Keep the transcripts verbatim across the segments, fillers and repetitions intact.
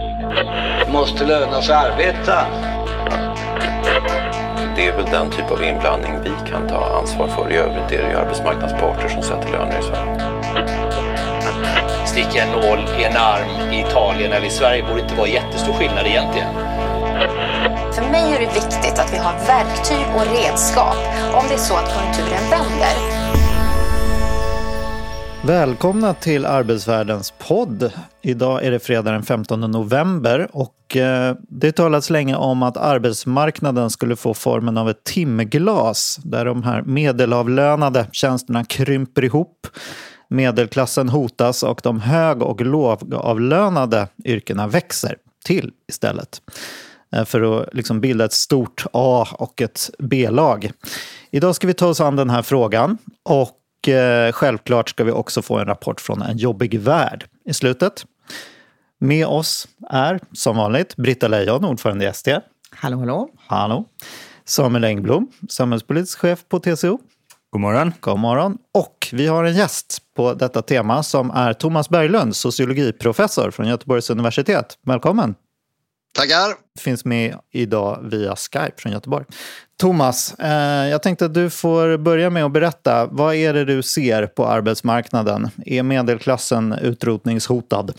Måste löna sig arbeta. Det är väl den typ av inblandning vi kan ta ansvar för. I övrigt är det ju arbetsmarknadsparter som sätter löner i Sverige. Sticka en nål i en arm i Italien eller i Sverige borde inte vara jättestor skillnad egentligen. För mig är det viktigt att vi har verktyg och redskap om det är så att konjunkturen vänder. Välkomna till Arbetsvärldens podd. Idag är det fredag den femtonde november och eh, det talats länge om att arbetsmarknaden skulle få formen av ett timglas där de här medelavlönade tjänsterna krymper ihop, medelklassen hotas och de hög- och lågavlönade yrkena växer till istället. För att liksom bilda ett stort A- och ett B-lag. Idag ska vi ta oss an den här frågan och eh, självklart ska vi också få en rapport från En jobbig värld i slutet. Med oss är som vanligt Britta Lejon, ordförande i S T. Hallå, hallå. Hallå. Samuel Engblom, samhällspolitisk chef på T C O. God morgon. God morgon. Och vi har en gäst på detta tema som är Thomas Berglund, sociologiprofessor från Göteborgs universitet. Välkommen. Tackar. Finns med idag via Skype från Göteborg. Thomas, eh, jag tänkte att du får börja med att berätta. Vad är det du ser på arbetsmarknaden? Är medelklassen utrotningshotad?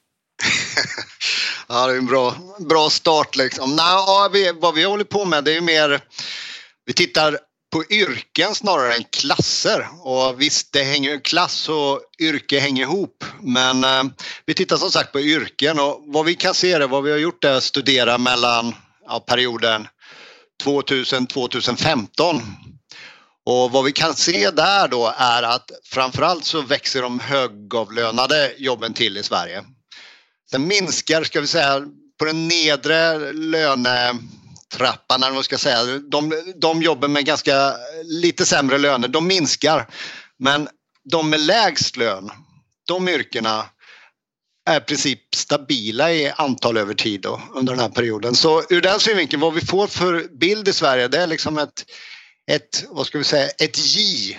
Ja, det är en bra, bra start liksom. Nej, vi, vad vi håller på med det är ju mer, vi tittar på yrken snarare än klasser. Och visst, det hänger klass och yrke hänger ihop. Men eh, vi tittar som sagt på yrken och vad vi kan se det, vad vi har gjort är att studera mellan ja, perioden tvåtusen till tjugohundrafemton. Och vad vi kan se där då är att framförallt så växer de högavlönade jobben till i Sverige. Sen minskar, ska vi säga, på den nedre lönetrappan, när man ska säga, de, de jobben med ganska lite sämre löner, de minskar. Men de med lägst lön, de yrkena är i princip stabila i antal över tid då, under den här perioden. Så ur den synvinkeln, vad vi får för bild i Sverige, det är liksom ett, ett vad ska vi säga, ett J.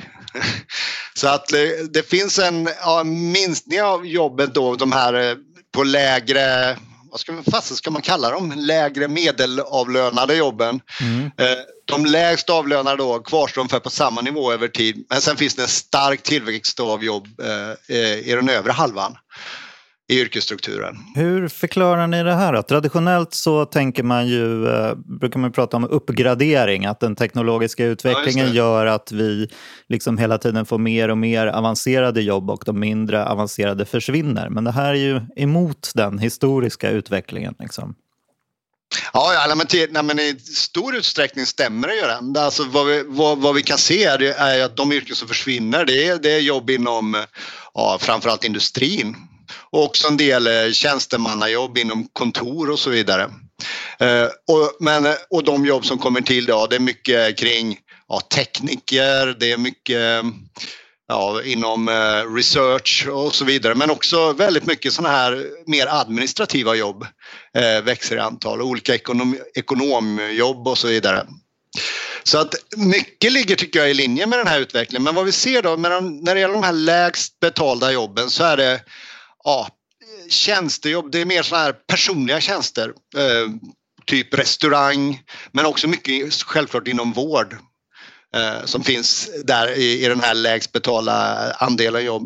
Så att det, det finns en ja, minskning av jobbet då, de här på lägre, vad ska man, fast ska man kalla dem, lägre medelavlönade jobben. Mm. De lägst avlönade då kvarstår ungefär på samma nivå över tid. Men sen finns det en stark tillväxt av jobb i den övre halvan i yrkesstrukturen. Hur förklarar ni det här då? Traditionellt så tänker man ju, eh, brukar man prata om uppgradering, att den teknologiska utvecklingen ja, gör att vi liksom hela tiden får mer och mer avancerade jobb och de mindre avancerade försvinner. Men det här är ju emot den historiska utvecklingen liksom. Ja, ja men, till, nej, men i stor utsträckning stämmer det ju den. Alltså, vad, vi, vad, vad vi kan se är, är att de yrken som försvinner, det är, det är jobb inom ja, framförallt industrin. Och också en del tjänstemannajobb inom kontor och så vidare. Eh, och, men, och de jobb som kommer till då, det är mycket kring ja, tekniker, det är mycket ja, inom eh, research och så vidare. Men också väldigt mycket sådana här mer administrativa jobb eh, växer i antal. Olika ekonom, ekonomjobb och så vidare. Så att mycket ligger tycker jag i linje med den här utvecklingen. Men vad vi ser då, med de, när det gäller de här lägst betalda jobben så är det ja, tjänstejobb, det är mer sådana här personliga tjänster, eh, typ restaurang, men också mycket självklart inom vård eh, som finns där i, i den här lägst betalda andelen jobb.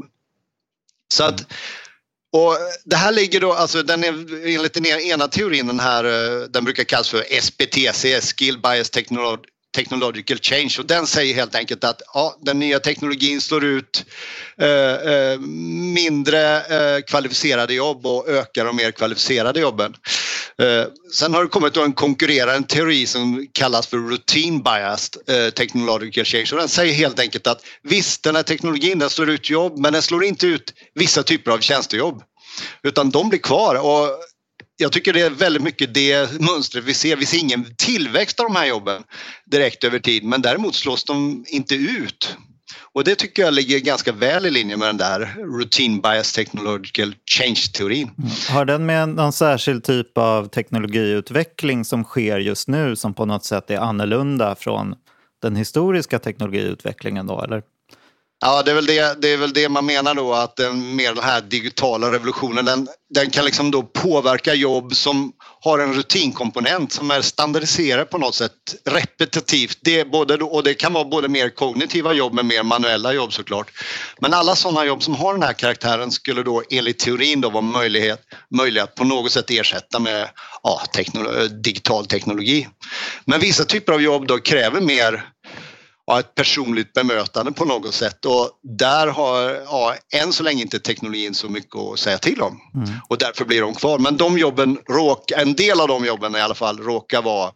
Så att, och det här ligger då, alltså den är enligt den ena teorin, den här, den brukar kallas för S B T C, Skill Bias Technology. Technological change, och den säger helt enkelt att ja, den nya teknologin slår ut eh, eh, mindre eh, kvalificerade jobb och ökar de mer kvalificerade jobben. Eh, sen har det kommit då en konkurrerande teori som kallas för routine biased eh, technological change, och den säger helt enkelt att visst, den här teknologin den slår ut jobb, men den slår inte ut vissa typer av tjänstejobb, utan de blir kvar. Och jag tycker det är väldigt mycket det mönstret vi ser. Vi ser ingen tillväxt av de här jobben direkt över tid, men däremot slås de inte ut. Och det tycker jag ligger ganska väl i linje med den där routine bias technological change-teorin. Mm. Har den med någon särskild typ av teknologiutveckling som sker just nu som på något sätt är annorlunda från den historiska teknologiutvecklingen då, eller? Ja, det är väl det, det är väl det man menar då, att den, mer den här digitala revolutionen, den, den kan liksom då påverka jobb som har en rutinkomponent som är standardiserad på något sätt, repetitivt. Det är både, och det kan vara både mer kognitiva jobb med mer manuella jobb såklart. Men alla sådana jobb som har den här karaktären skulle då enligt teorin då vara möjlighet, möjliga att på något sätt ersätta med ja, teknolo- digital teknologi. Men vissa typer av jobb då kräver mer ja, ett personligt bemötande på något sätt, och där har ja, än så länge inte teknologin så mycket att säga till om. Mm. Och därför blir de kvar. Men de jobben, råk, en del av de jobben i alla fall råkar vara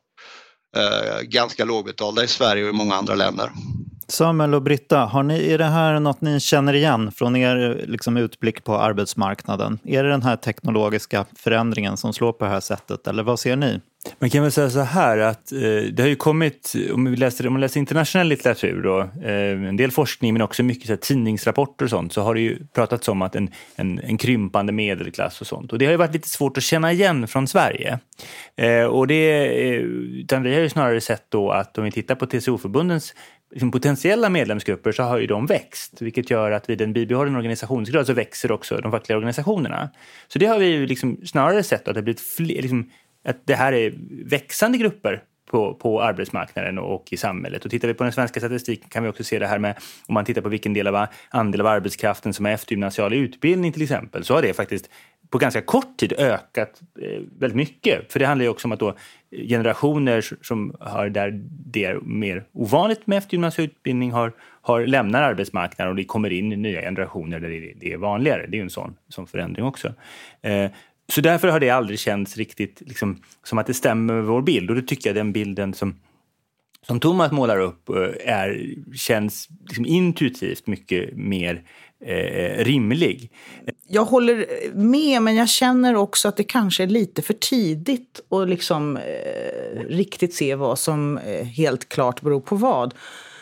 eh, ganska lågbetalda i Sverige och i många andra länder. Samuel och Britta, har ni, är det här något ni känner igen från er liksom, utblick på arbetsmarknaden? Är det den här teknologiska förändringen som slår på det här sättet, eller vad ser ni? Man kan väl säga så här att eh, det har ju kommit, om, vi läser, om man läser internationell litteratur då, eh, en del forskning men också mycket så här, tidningsrapporter och sånt, så har det ju pratats om att en, en, en krympande medelklass och sånt. Och det har ju varit lite svårt att känna igen från Sverige. Eh, och det, eh, utan vi har ju snarare sett då att om vi tittar på T C O-förbundens liksom, potentiella medlemsgrupper, så har ju de växt. Vilket gör att vid en bibehållen organisationsgrad så växer också de fackliga organisationerna. Så det har vi ju liksom snarare sett att det har blivit fler, liksom, att det här är växande grupper på, på arbetsmarknaden och i samhället. Och tittar vi på den svenska statistiken kan vi också se det här med, om man tittar på vilken del av andel av arbetskraften som är eftergymnasial utbildning till exempel, så har det faktiskt på ganska kort tid ökat eh, väldigt mycket. För det handlar ju också om att då generationer som har där det är mer ovanligt med eftergymnasial utbildning har, har lämnar arbetsmarknaden, och det kommer in nya generationer där det, det är vanligare. Det är ju en sån, sån förändring också. Eh, Så därför har det aldrig känts riktigt liksom, som att det stämmer med vår bild. Och då tycker jag den bilden som, som Thomas målar upp är, känns liksom intuitivt mycket mer eh, rimlig. Jag håller med, men jag känner också att det kanske är lite för tidigt att liksom, eh, riktigt se vad som eh, helt klart beror på vad.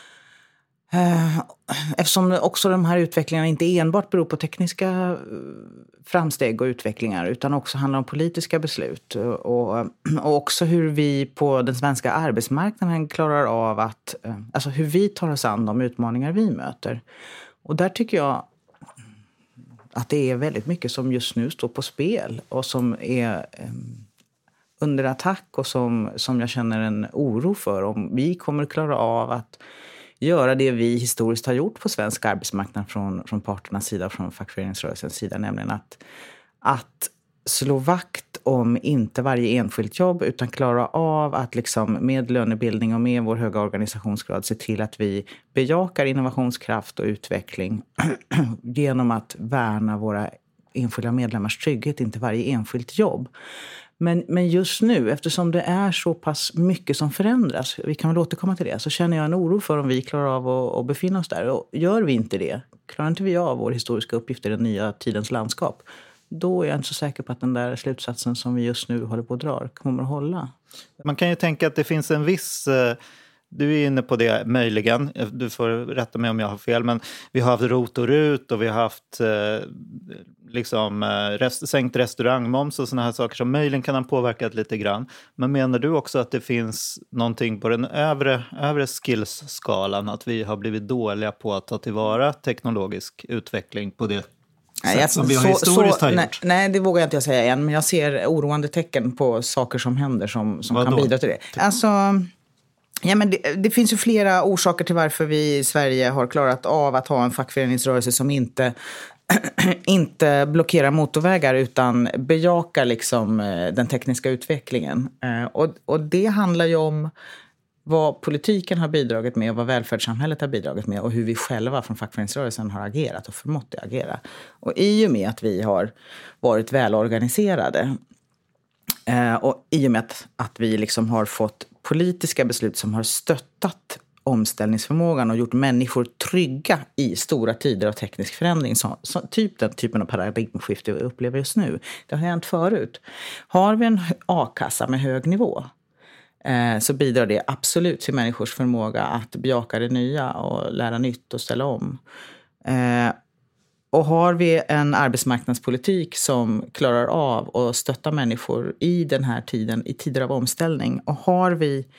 Eftersom också de här utvecklingarna inte enbart beror på tekniska framsteg och utvecklingar, utan också handlar om politiska beslut och, och också hur vi på den svenska arbetsmarknaden klarar av att, alltså hur vi tar oss an de utmaningar vi möter. Och där tycker jag att det är väldigt mycket som just nu står på spel och som är under attack, och som, som jag känner en oro för om vi kommer klara av att göra det vi historiskt har gjort på svensk arbetsmarknad från, från parternas sida och från fackföreningsrörelsens sida, nämligen att, att slå vakt om inte varje enskilt jobb, utan klara av att liksom med lönebildning och med vår höga organisationsgrad se till att vi bejakar innovationskraft och utveckling genom att värna våra enskilda medlemmars trygghet, inte varje enskilt jobb. Men, men just nu, eftersom det är så pass mycket som förändras, vi kan väl återkomma till det, så känner jag en oro för om vi klarar av att, att befinna oss där. Och gör vi inte det, klarar inte vi av vår historiska uppgift i den nya tidens landskap, då är jag inte så säker på att den där slutsatsen som vi just nu håller på att dra kommer att hålla. Man kan ju tänka att det finns en viss... Du är inne på det möjligen, du får rätta mig om jag har fel, men vi har haft rot och rut och vi har haft eh, liksom, rest, sänkt restaurangmoms och såna här saker som möjligen kan ha påverkat lite grann. Men menar du också att det finns någonting på den övre, övre skills-skalan, att vi har blivit dåliga på att ta tillvara teknologisk utveckling på det Nej, jag, som vi har så, historiskt så, har gjort? Nej, nej, det vågar jag inte säga än, men jag ser oroande tecken på saker som händer som, som kan bidra till det. Alltså... Ja, men det, det finns ju flera orsaker till varför vi i Sverige har klarat av att ha en fackföreningsrörelse som inte, inte blockerar motorvägar utan bejakar liksom den tekniska utvecklingen. Och, och det handlar ju om vad politiken har bidragit med och vad välfärdssamhället har bidragit med och hur vi själva från fackföreningsrörelsen har agerat och förmått att agera. Och i och med att vi har varit välorganiserade och i och med att, att vi liksom har fått politiska beslut som har stöttat omställningsförmågan och gjort människor trygga i stora tider av teknisk förändring. Så, så, typ den typen av paradigmskifte vi upplever just nu. Det har hänt förut. Har vi en a-kassa med hög nivå eh, så bidrar det absolut till människors förmåga att bejaka det nya och lära nytt och ställa om. Eh, Och har vi en arbetsmarknadspolitik som klarar av att stötta människor i den här tiden, i tider av omställning, och har vi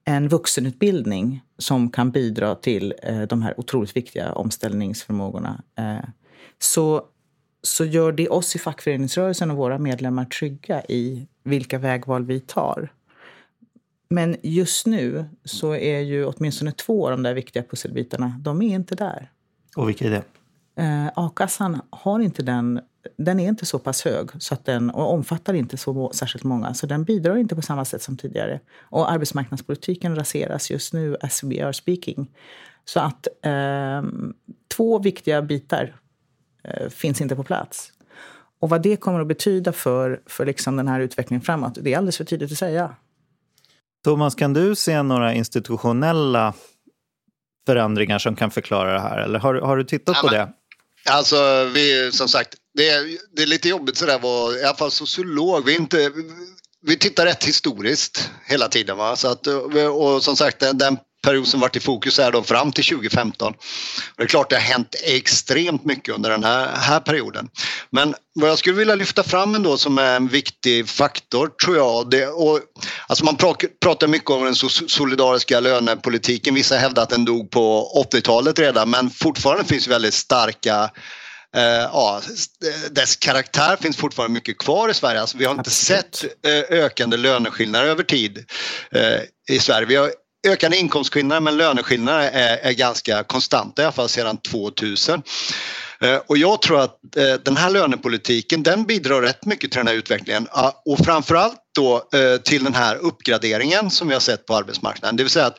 en vuxenutbildning som kan bidra till eh, de här otroligt viktiga omställningsförmågorna, eh, så, så gör det oss i fackföreningsrörelsen och våra medlemmar trygga i vilka vägval vi tar. Men just nu så är ju åtminstone två av de där viktiga pusselbitarna, de är inte där. Och vilka är det? Eh, A-kassan har inte den, den är inte så pass hög så att den, och omfattar inte så särskilt många, så den bidrar inte på samma sätt som tidigare. Och arbetsmarknadspolitiken raseras just nu as we are speaking. Så att eh, två viktiga bitar eh, finns inte på plats. Och vad det kommer att betyda för, för liksom den här utvecklingen framåt, det är alldeles för tidigt att säga. Thomas, kan du se några institutionella förändringar som kan förklara det här? Eller har, har du tittat ja, på det? Alltså, vi, som sagt, det är, det är lite jobbigt sådär vara, i alla fall sociolog. Vi, inte, vi tittar rätt historiskt hela tiden. Va? Så att, och som sagt, den, den period som varit i fokus är då fram till tjugo femton. Och det är klart det har hänt extremt mycket under den här, här perioden. Men vad jag skulle vilja lyfta fram ändå som är en viktig faktor, tror jag, det, och, alltså man pratar mycket om den solidariska lönepolitiken. Vissa hävdar att den dog på åttiotalet redan, men fortfarande finns väldigt starka Uh, ja, dess karaktär finns fortfarande mycket kvar i Sverige. Alltså, vi har inte Absolut. sett uh, ökande löneskillnader över tid uh, i Sverige. Vi har ökande inkomstskillnader, men löneskillnader är, är ganska konstanta, i alla fall sedan tvåtusen. Uh, och jag tror att uh, den här lönepolitiken, den bidrar rätt mycket till den här utvecklingen. Uh, och framförallt då uh, till den här uppgraderingen som vi har sett på arbetsmarknaden. Det vill säga att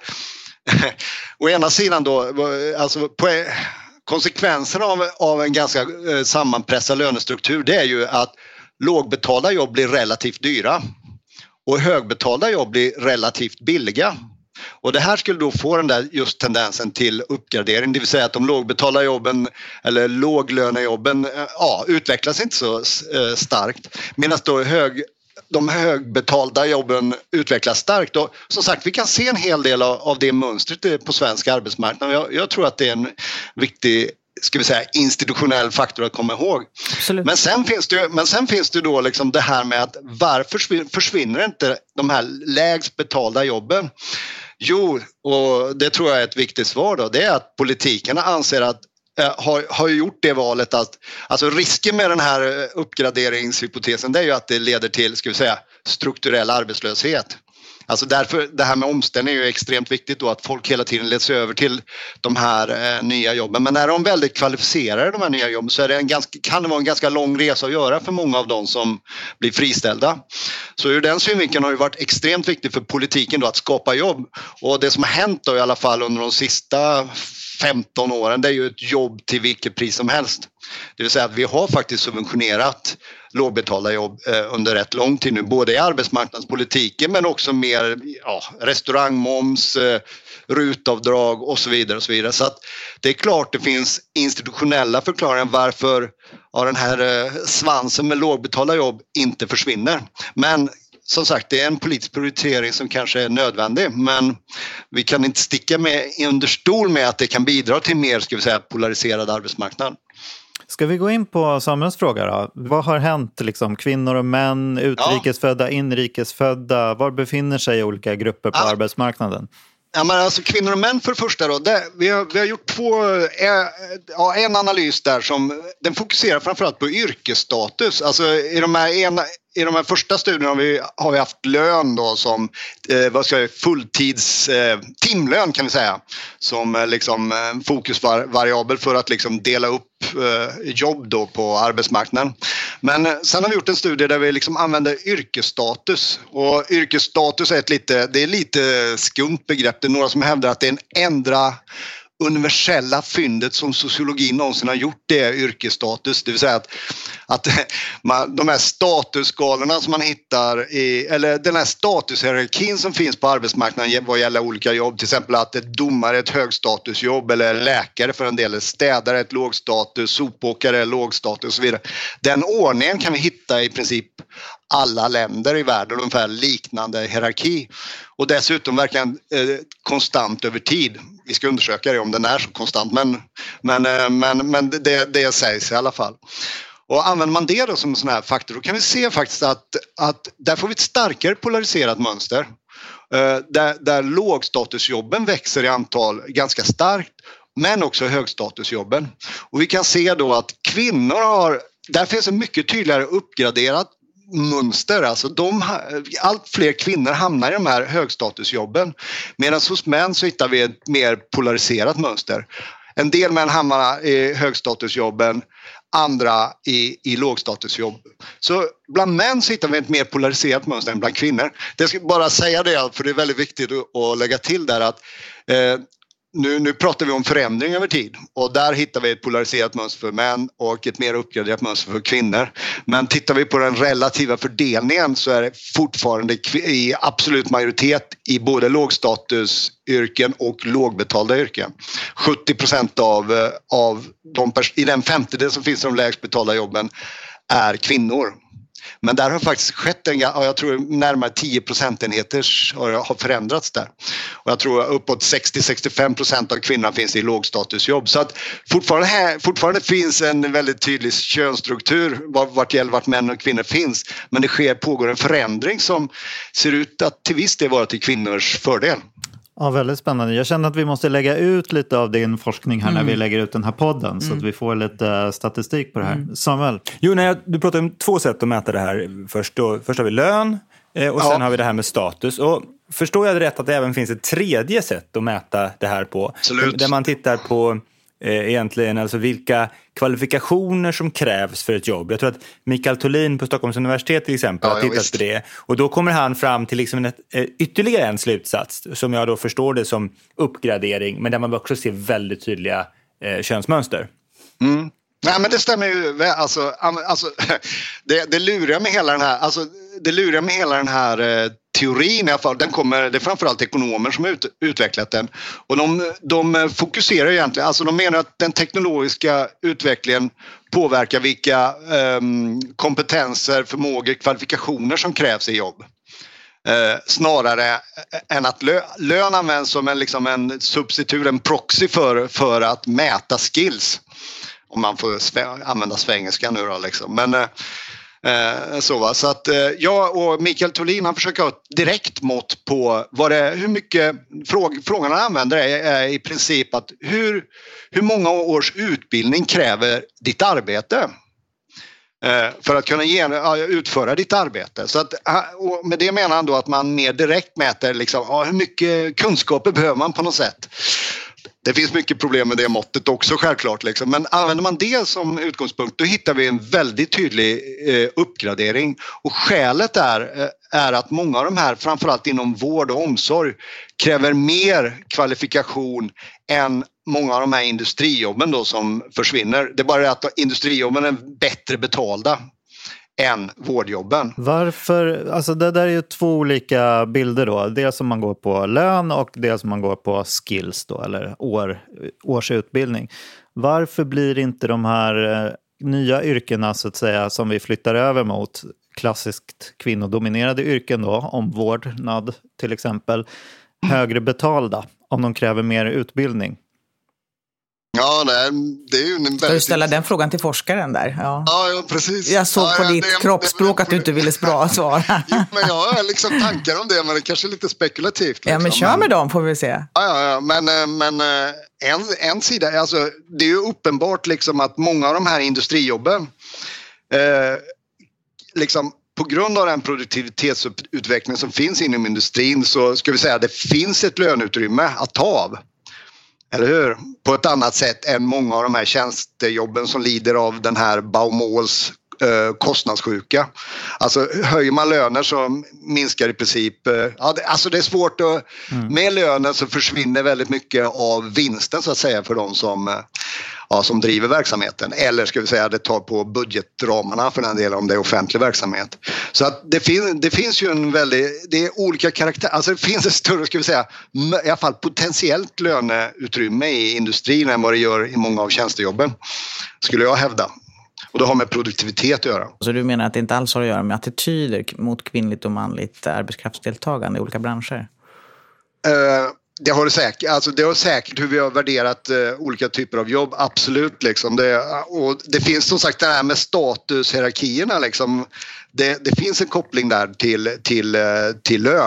å ena sidan då, alltså på konsekvenserna av, av en ganska eh, sammanpressad lönestruktur, det är ju att lågbetalda jobb blir relativt dyra och högbetalda jobb blir relativt billiga. Och det här skulle då få den där just tendensen till uppgradering, det vill säga att de lågbetalda jobben eller låglönejobben eh, ja, utvecklas inte så eh, starkt, medan då hög de högbetalda jobben utvecklas starkt. Och som sagt, vi kan se en hel del av, av det mönstret på svensk arbetsmarknad. Jag, jag tror att det är en viktig, ska vi säga, institutionell faktor att komma ihåg. Absolut. Men sen finns det, men sen finns det då liksom det här med att varför försvinner inte de här lägst betalda jobben? Jo, och det tror jag är ett viktigt svar då. Det är att politikerna anser att Har, har gjort det valet att alltså risken med den här uppgraderingshypotesen, det är ju att det leder till, ska vi säga, strukturell arbetslöshet. Alltså därför, det här med omställning är ju extremt viktigt då, att folk hela tiden leds över till de här eh, nya jobben. Men när de är väldigt kvalificerade, de här nya jobben, så är det en ganska, kan det vara en ganska lång resa att göra för många av dem som blir friställda. Så ur den synvinkeln har det varit extremt viktigt för politiken då att skapa jobb. Och det som har hänt då i alla fall under de sista femton åren, det är ju ett jobb till vilket pris som helst. Det vill säga att vi har faktiskt subventionerat lågbetalda jobb eh, under rätt lång tid nu, både i arbetsmarknadspolitiken men också mer ja, restaurangmoms, eh, rutavdrag och så vidare och så vidare. Så att det är klart det finns institutionella förklaringar varför ja, den här eh, svansen med lågbetalda jobb inte försvinner. Men som sagt, det är en politisk prioritering som kanske är nödvändig, men vi kan inte sticka med under stol med att det kan bidra till mer, ska vi säga, polariserad arbetsmarknad. Ska vi gå in på Samuels fråga då? Vad har hänt liksom, kvinnor och män, utrikesfödda, inrikesfödda, var befinner sig olika grupper på ja. arbetsmarknaden? Ja, men alltså kvinnor och män för det första då, det, vi, har, vi har gjort två, eh, ja, en analys där som den fokuserar framförallt på yrkesstatus. Alltså i de här, ena, i de här första studierna har vi, har vi haft lön då som eh, vad ska jag, fulltids eh, timlön kan vi säga, som eh, liksom eh, fokusvariabel för att liksom dela upp eh, jobb då på arbetsmarknaden. Men eh, sen har vi gjort en studie där vi liksom använder yrkesstatus, och yrkesstatus är ett lite, det är lite skumt begrepp. Det är några som hävdar att det är en ändra universella fyndet som sociologin någonsin har gjort, det är yrkesstatus. Det vill säga att, att man, de här statusskalorna som man hittar i, eller den här statushierarkin som finns på arbetsmarknaden vad gäller olika jobb, till exempel att ett domare är ett högstatusjobb, eller läkare för en del, städare ett lågstatus, sopåkare är lågstatus och så vidare. Den ordningen kan vi hitta i princip alla länder i världen, ungefär liknande hierarki. Och dessutom verkligen eh, konstant över tid. Vi ska undersöka det om den är så konstant, men, men, eh, men, men det, det sägs i alla fall. Och använder man det då som en sån här faktor, då kan vi se faktiskt att, att där får vi ett starkare polariserat mönster. där, där lågstatusjobben växer i antal ganska starkt, men också högstatusjobben. Och vi kan se då att kvinnor har, där finns en mycket tydligare uppgraderat mönster. Alltså de, allt fler kvinnor hamnar i de här högstatusjobben, medan hos män så hittar vi ett mer polariserat mönster. En del män hamnar i högstatusjobben, andra i, i lågstatusjobb. Så bland män så hittar vi ett mer polariserat mönster än bland kvinnor. Jag ska bara säga det, för det är väldigt viktigt att lägga till där att eh, Nu, nu pratar vi om förändring över tid, och där hittar vi ett polariserat mönster för män och ett mer uppgraderat mönster för kvinnor. Men tittar vi på den relativa fördelningen så är det fortfarande i absolut majoritet i både lågstatusyrken och lågbetalda yrken. sjuttio procent av, av de pers- i den femtedel som finns i de lägst betalda jobben är kvinnor. Men där har faktiskt skett en, jag tror närmare tio procentenheter har förändrats där. Och jag tror uppåt sextio till sextiofem procent av kvinnorna finns i lågstatusjobb. Så att fortfarande, här, fortfarande finns en väldigt tydlig könsstruktur vart gäller vart män och kvinnor finns. Men det sker, pågår en förändring som ser ut att till viss del vara till kvinnors fördel. Ja, väldigt spännande. Jag känner att vi måste lägga ut lite av din forskning här mm. när vi lägger ut den här podden mm. så att vi får lite statistik på det här. Mm. Samuel? Jo, nej, du pratar om två sätt att mäta det här. Först, då, först har vi lön eh, och ja. sen har vi det här med status. Och förstår jag det rätt att det även finns ett tredje sätt att mäta det här på? Absolut. Där man tittar på eh, egentligen alltså vilka kvalifikationer som krävs för ett jobb. Jag tror att Mikael Tholin på Stockholms universitet till exempel ja, har tittat på det. Och då kommer han fram till liksom ett, eh, ytterligare en slutsats som jag då förstår det som uppgradering, men där man också ser väldigt tydliga eh, könsmönster. Mm. Nej, men det stämmer ju. Alltså, alltså, det, det lurar med hela den här, alltså, det lurar med hela den här eh, teorin i alla fall. Den kommer, det är framförallt ekonomer som har ut, utvecklat den. Och de, de fokuserar egentligen, alltså de menar att den teknologiska utvecklingen påverkar vilka eh, kompetenser, förmågor, kvalifikationer som krävs i jobb. Eh, snarare än att lö, lön används som en, liksom en substitut, en proxy för, för att mäta skills. Om man får svä- använda svengelska nu då liksom. Men eh, så va. Så att eh, jag och Mikael Tholin han försöker ha ett direkt mått på vad det, hur mycket fråg, frågan han använder är, är i princip att hur, hur många års utbildning kräver ditt arbete eh, för att kunna ge, utföra ditt arbete. Så att, och med det menar han då att man mer direkt mäter liksom, ja, hur mycket kunskaper behöver man på något sätt. Det finns mycket problem med det måttet också självklart. Liksom. Men använder man det som utgångspunkt då hittar vi en väldigt tydlig eh, uppgradering. Och skälet är, eh, är att många av de här, framförallt inom vård och omsorg, kräver mer kvalifikation än många av de här industrijobben då som försvinner. Det är bara att industrijobben är bättre betalda än vårdjobben. Varför? Alltså det där är ju två olika bilder då. Dels som man går på lön och dels som man går på skills då, eller år, årsutbildning. Varför blir inte de här eh, nya yrkena så att säga som vi flyttar över mot klassiskt kvinnodominerade yrken då, omvårdnad till exempel, högre betalda om de kräver mer utbildning? Ja, det är, det är ju en väldigt... Ska du ställa den frågan till forskaren där? Ja, ja, ja precis. Jag såg ja, på ja, ditt det, kroppsspråk det, att du inte ville svara. Jo, men jag har liksom tankar om det, men det kanske är lite spekulativt. Liksom. Ja, men kör med dem får vi se. Ja, ja, ja men, men en, en sida, alltså, det är ju uppenbart liksom att många av de här industrijobben eh, liksom på grund av den produktivitetsutveckling som finns inom industrin så ska vi säga att det finns ett löneutrymme att ta av. Eller hur? På ett annat sätt än många av de här tjänstejobben som lider av den här Baumols eh, kostnadssjuka. Alltså höjer man löner så minskar i princip... Eh, ja, det, alltså det är svårt att... Mm. Med löner så försvinner väldigt mycket av vinsten så att säga för de som, eh, ja, som driver verksamheten. Eller ska vi säga det tar på budgetramarna för den delen om det är offentlig verksamhet. Så att det, fin- det finns ju en väldigt... Det är olika karaktärer. Alltså det finns ett större, ska vi säga, i alla fall potentiellt löneutrymme i industrin än vad det gör i många av tjänstejobben. Skulle jag hävda. Och det har med produktivitet att göra. Så du menar att det inte alls har att göra med attityder mot kvinnligt och manligt arbetskraftsdeltagande i olika branscher? Uh, det har det säkert. Alltså det har säkert hur vi har värderat uh, olika typer av jobb. Absolut. Liksom. Det, och det finns som sagt det här med statushierarkierna. Liksom. Det, det finns en koppling där till, till, uh, till lön.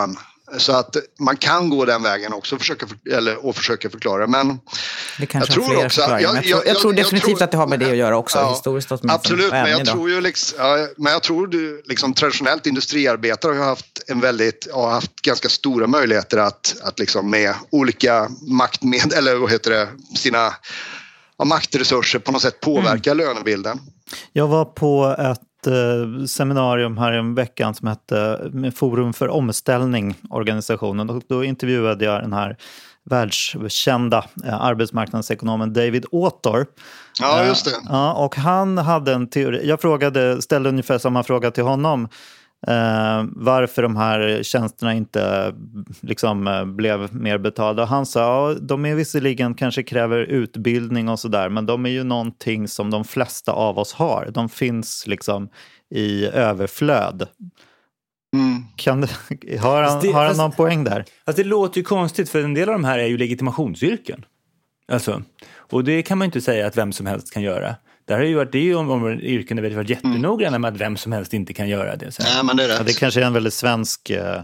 Så att man kan gå den vägen också försöka för, eller, och försöka förklara. Men det kanske jag tror också, jag, jag, jag, jag, jag tror definitivt jag tror, att det har med det att göra också, ja, historiskt. Absolut, men jag, tror ju liksom, ja, men jag tror du liksom traditionellt industriarbetare har haft en väldigt, har haft ganska stora möjligheter att, att liksom med olika maktmedel, eller vad heter det, sina ja, maktresurser på något sätt påverka mm. lönebilden. Jag var på ett seminarium här i veckan som hette Forum för omställning, organisationen, och då intervjuade jag den här världskända arbetsmarknadsekonomen David Autor. Ja, just det. Ja, och han hade en teori. Jag frågade, ställde ungefär samma fråga till honom. Eh, varför de här tjänsterna inte liksom blev mer betalda. Han sa, ja, de är visserligen kanske kräver utbildning och sådär, men de är ju någonting som de flesta av oss har. De finns liksom i överflöd. Mm. Kan det, har han, det, har han någon poäng där? Alltså det låter ju konstigt, för en del av de här är ju legitimationsyrken. Alltså, och det kan man ju inte säga att vem som helst kan göra. Där har ju varit, det är ju om, om yrken där vi har varit jättenoggranna med att vem som helst inte kan göra det. Så. Nej, men det är rätt. Ja, det kanske är en väldigt svensk... Uh...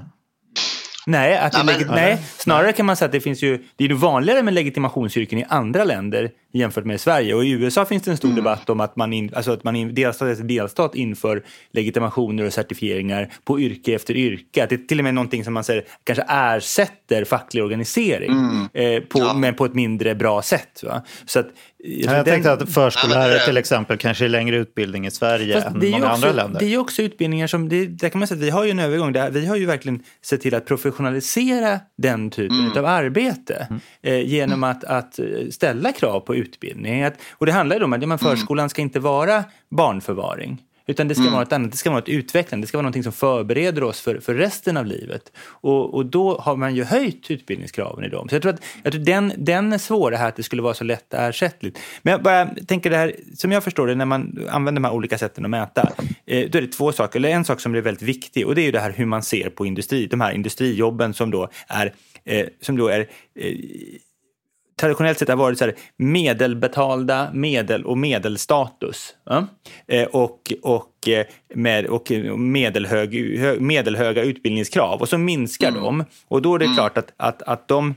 Nej, att nej, det legit- men, nej, snarare kan man säga att det finns ju, det är ju vanligare med legitimationsyrken i andra länder jämfört med Sverige. Och i U S A finns det en stor mm. debatt om att man, in, alltså att man in, delstat efter delstat inför legitimationer och certifieringar på yrke efter yrke. Att det är till och med någonting som man säger kanske ersätter facklig organisering mm. eh, på, ja. men på ett mindre bra sätt. Va? Så att, jag, jag tänkte att förskollärare till exempel kanske är längre utbildning i Sverige än många också, andra länder. Det är ju också utbildningar som, det, där kan man säga att vi har ju en övergång där vi har ju verkligen sett till att professionalisera den typen mm. av arbete mm. eh, genom att, att ställa krav på utbildning. Att, och det handlar ju om att ja, förskolan ska inte vara barnförvaring. Utan det ska mm. vara ett annat, det ska vara ett utvecklande, det ska vara någonting som förbereder oss för, för resten av livet. Och, och då har man ju höjt utbildningskraven i dem. Så jag tror att, jag tror den, den är svår här att det skulle vara så lätt ersättligt. Men jag bara tänker det här, som jag förstår det, när man använder de här olika sätten att mäta, eh, då är det två saker, eller en sak som blir väldigt viktig, och det är ju det här hur man ser på industri, de här industrijobben som då är, eh, som då är eh, traditionellt sett har varit så här medelbetalda, medel och medelstatus. Ja? Eh, och, och, med, och medelhög, hö, medelhöga utbildningskrav. Och så minskar mm. de. Och då är det mm. klart att, att, att de...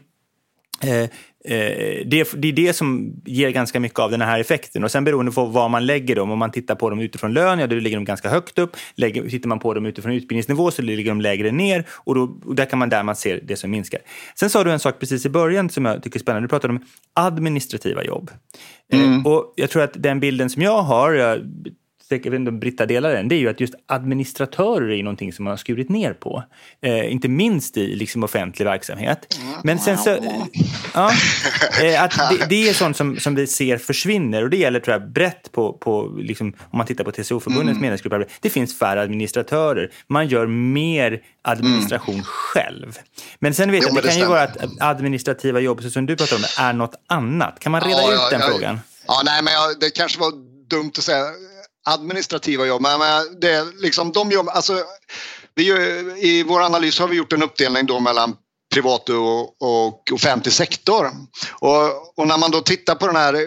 Eh, Eh, det, det är det som ger ganska mycket av den här effekten. Och sen beroende på vad man lägger dem, om man tittar på dem utifrån lön, ja då ligger de ganska högt upp. Lägger, tittar man på dem utifrån utbildningsnivå så ligger de lägre ner, och, då, och där kan man där man ser det som minskar. Sen sa du en sak precis i början som jag tycker är spännande. Du pratade om administrativa jobb. Mm. Eh, och jag tror att den bilden som jag har, jag, jag vet inte om Britta delar den, det är ju att just administratörer är någonting som man har skurit ner på. Eh, inte minst i liksom offentlig verksamhet. Men sen så... Ja, eh, att det, det är sånt som, som vi ser försvinner, och det gäller tror jag brett på, på liksom, om man tittar på T C O-förbundets mm. medlemsgrupper. Det finns färre administratörer. Man gör mer administration mm. själv. Men sen vet jo, jag, det, det kan stämmer. ju vara att administrativa jobb som du pratar om är något annat. Kan man reda ja, ut ja, den ja, frågan? Ja, nej, men jag, det kanske var dumt att säga administrativa jobb, men det är liksom de jobb, alltså vi gör, i vår analys har vi gjort en uppdelning då mellan privat och, och offentlig sektor, och, och när man då tittar på den här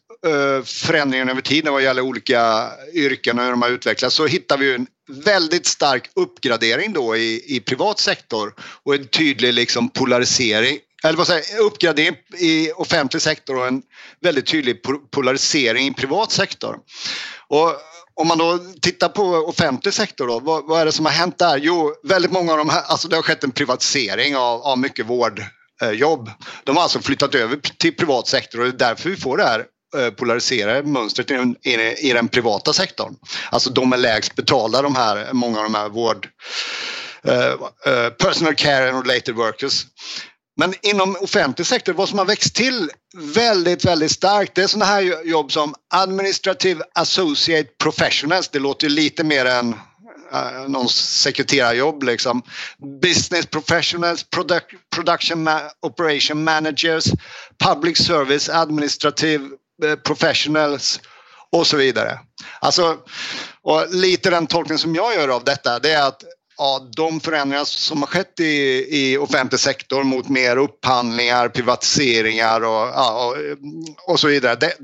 uh, förändringen över tiden vad gäller olika yrken och hur de har utvecklats, så hittar vi en väldigt stark uppgradering då i, i privat sektor och en tydlig liksom polarisering, eller vad säger jag, uppgradering i offentlig sektor och en väldigt tydlig polarisering i privat sektor. Och om man då tittar på offentlig sektor då, vad, vad är det som har hänt där? Jo, väldigt många av de här, alltså det har skett en privatisering av, av mycket vårdjobb. Eh, de har alltså flyttat över till privat sektor, och det är därför vi får det här eh, polariserade mönstret i, i, i den privata sektorn. Alltså de är lägst betalda, de här, många av de här vård, eh, eh, personal care and related workers. Men inom offentlig sektor, vad som har växt till väldigt, väldigt starkt, det är sådana här jobb som administrative associate professionals. Det låter lite mer än uh, någon sekreterarjobb liksom. Business professionals, product, production ma- operation managers, public service, administrative uh, professionals och så vidare. Alltså, och lite den tolkning som jag gör av detta, det är att ja, de förändringar som har skett i, i offentlig sektor mot mer upphandlingar, privatiseringar och, ja, och, och så vidare. Det, det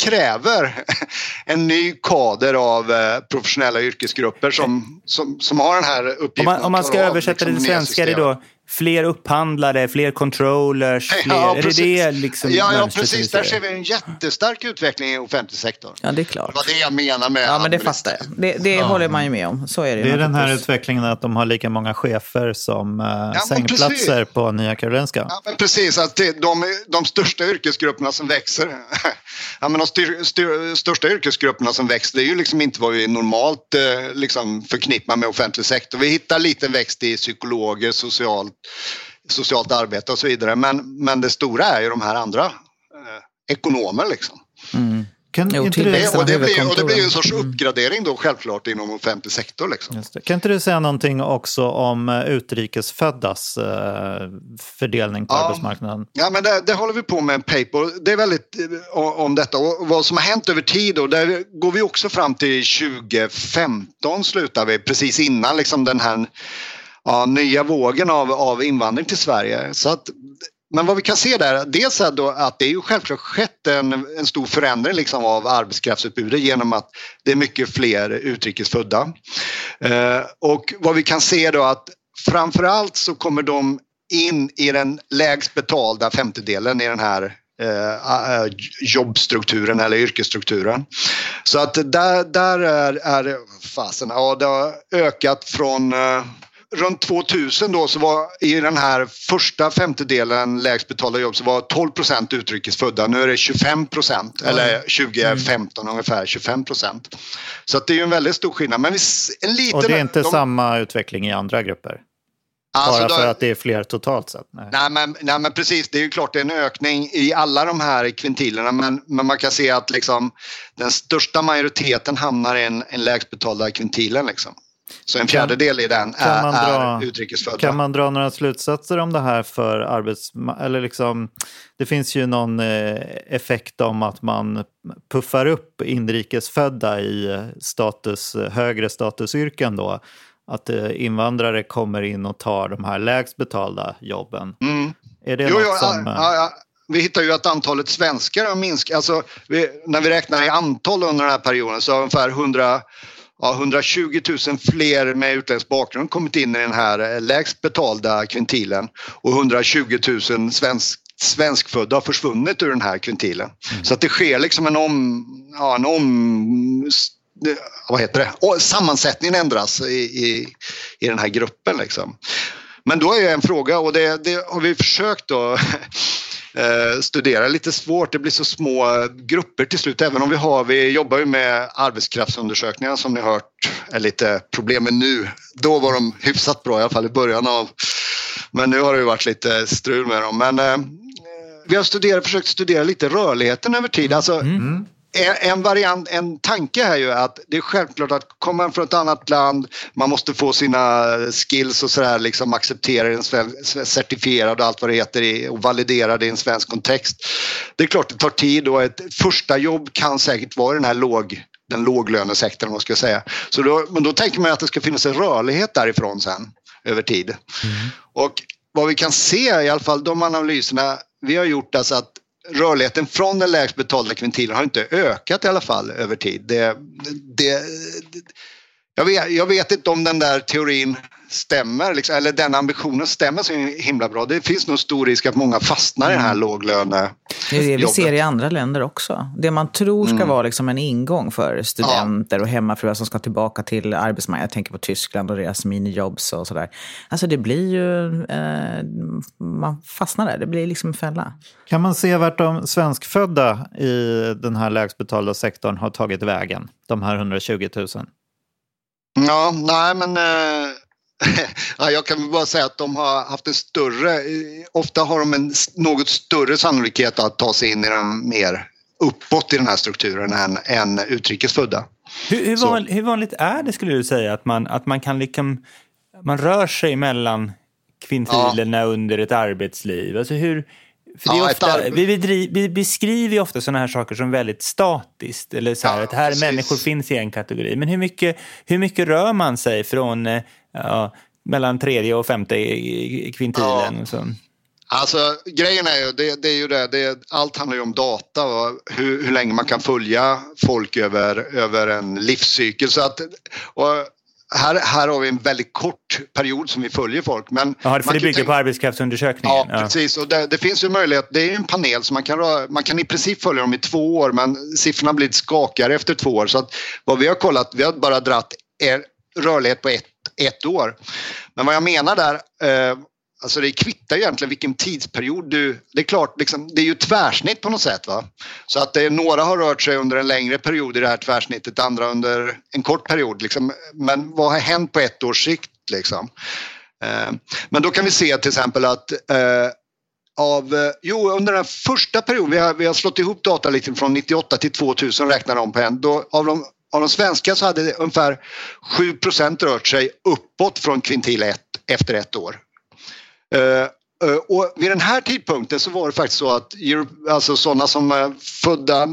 kräver en ny kader av eh, professionella yrkesgrupper som, som, som har den här uppgiften. Om man, om man ska översätta det till svenska, är det då fler upphandlare, fler controllers, fler, ja, är det det liksom? Ja, ja precis. Där ser vi en jättestark utveckling i offentlig sektor. Ja, det är klart. Det var det jag menar med... Ja, men det fattar jag. Det, det ja. håller man ju med om. Så är det. Det är den här utvecklingen att de har lika många chefer som eh, ja, sängplatser på Nya Karolinska. Ja, men precis. Att det, de, de största yrkesgrupperna som växer, ja, men de styr, styr, största yrkesgrupperna som växer, det är ju liksom inte vad vi normalt eh, liksom förknippar med offentlig sektor. Vi hittar lite växt i psykologer, socialt socialt arbete och så vidare. Men, men det stora är ju de här andra eh, ekonomer liksom. Mm. Kan jo, inte det, du... och, det blir, och det blir ju en sorts uppgradering då självklart inom offentlig sektor liksom. Just det. Kan inte du säga någonting också om utrikesföddas eh, fördelning på ja. arbetsmarknaden? Ja, men det, det håller vi på med en paper. Det är väldigt om detta och vad som har hänt över tid och där går vi också fram till tjugo femton slutar vi precis innan liksom den här ja, nya vågen av, av invandring till Sverige. Så att, men vad vi kan se där, dels är då att det är ju självklart skett en, en stor förändring liksom av arbetskraftsutbudet genom att det är mycket fler utrikesfödda. Eh, och vad vi kan se då att framförallt så kommer de in i den lägst betalda femtedelen i den här eh, jobbstrukturen eller yrkesstrukturen. Så att där, där är, är fasen, ja det har ökat från eh, runt tvåtusen då så var i den här första femtedelen lägst betalda jobb så var tolv procent utrikesfödda. Nu är det tjugofem procent mm. eller tjugo femton mm. ungefär tjugofem procent. Så att det är ju en väldigt stor skillnad. Men en liten, och det är inte de, samma utveckling i andra grupper? Alltså Bara då, för att det är fler totalt sett? Nej. Nej, men, nej men precis, det är ju klart det är en ökning i alla de här kvintilerna men, men man kan se att liksom, den största majoriteten hamnar i en, en lägst betalda kvintilen liksom. Så en fjärdedel i den är, man dra, är utrikesfödda. Kan man dra några slutsatser om det här för arbets... Eller liksom, det finns ju någon effekt om att man puffar upp inrikesfödda i status, högre statusyrken då. Att invandrare kommer in och tar de här lägst betalda jobben. Mm. Är det jo, något jo, som... Ja, ja. Vi hittar ju att antalet svenskar har minskat. Alltså, vi, när vi räknar i antal under den här perioden så har ungefär hundra... Ja, hundratjugo tusen fler med utländsk bakgrund kommit in i den här lägst betalda kvintilen och hundratjugo tusen svensk, svenskfödda har försvunnit ur den här kvintilen. Mm. Så att det sker liksom en om, ja, en om vad heter det? Sammansättningen ändras i, i, i den här gruppen liksom. Men då är ju en fråga och det, det har vi försökt då studera lite svårt, det blir så små grupper till slut, även om vi har, vi jobbar ju med arbetskraftsundersökningar som ni har hört är lite problemen nu. Då var de hyfsat bra i alla fall i början av, men nu har det ju varit lite strul med dem. Men eh, vi har studerat, försökt studera lite rörligheten över tid. Alltså mm. En, en variant, en tanke här ju att det är självklart att kommer man från ett annat land, man måste få sina skills och sådär liksom acceptera den, certifierad och allt vad det heter och validera det i en svensk kontext. Det är klart det tar tid och ett första jobb kan säkert vara den här låg, den låglönesektorn om man ska säga. Så då, men då tänker man att det ska finnas en rörlighet därifrån sen över tid. Mm. Och vad vi kan se i alla fall de analyserna vi har gjort alltså att rörligheten från den lägst betalda kvintilen har inte ökat i alla fall över tid. Det, det, det, jag, vet, jag vet inte om den där teorin stämmer, liksom, eller den ambitionen stämmer så himla bra. Det finns nog stor risk att många fastnar mm. i den här låglöne. Det är det vi ser i andra länder också. Det man tror ska mm. vara liksom en ingång för studenter ja. och hemmafruar som ska tillbaka till arbetsmarknaden. Jag tänker på Tyskland och deras minijobs och sådär. Alltså det blir ju, eh, man fastnar där. Det blir liksom en fälla. Kan man se vart de svenskfödda i den här lägstbetalda sektorn har tagit vägen? De här hundratjugo tusen? Ja, nej men... Eh... Ja, jag kan bara säga att de har haft en större, ofta har de en något större sannolikhet att ta sig in i den mer uppåt i den här strukturen än, än utrikesfödda. Hur, hur, van, hur vanligt är det skulle du säga att man, att man kan liksom, man rör sig mellan kvintilerna ja. under ett arbetsliv? Alltså hur, för det är ja, ofta, vi, vi, vi beskriver ju ofta sådana här saker som väldigt statiskt eller så här, ja, att här precis. Människor finns i en kategori. Men hur mycket, hur mycket rör man sig från ja, mellan tredje och femte kvintilen? Ja. Så. Alltså grejen är ju det, det är ju det, det allt handlar ju om data och hur, hur länge man kan följa folk över, över en livscykel. Så att, och här, här har vi en väldigt kort period som vi följer folk. Men Jaha, för man det bygger tänka, på arbetskraftsundersökningen. Ja, ja. Precis. Och det, det finns ju möjlighet, det är en panel som man kan, man kan i princip följa dem i två år, men siffrorna blir lite skakigare efter två år. Så att vad vi har kollat, vi har bara dratt er rörlighet på ett, ett år. Men vad jag menar där, eh, alltså det kvittar ju egentligen vilken tidsperiod du... Det är klart, liksom, det är ju tvärsnitt på något sätt, va? Så att det är, några har rört sig under en längre period i det här tvärsnittet, andra under en kort period. Liksom. Men vad har hänt på ett års sikt? Liksom? Eh, men då kan vi se till exempel att eh, av... Eh, jo, under den första perioden, vi har, vi har slått ihop data liksom från nittioåtta till tvåtusen, räknar de på en. Då, av de Av de svenska så hade ungefär sju procent rört sig uppåt från kvintil ett efter ett år. Uh, uh, och vid den här tidpunkten så var det faktiskt så att alltså sådana som är födda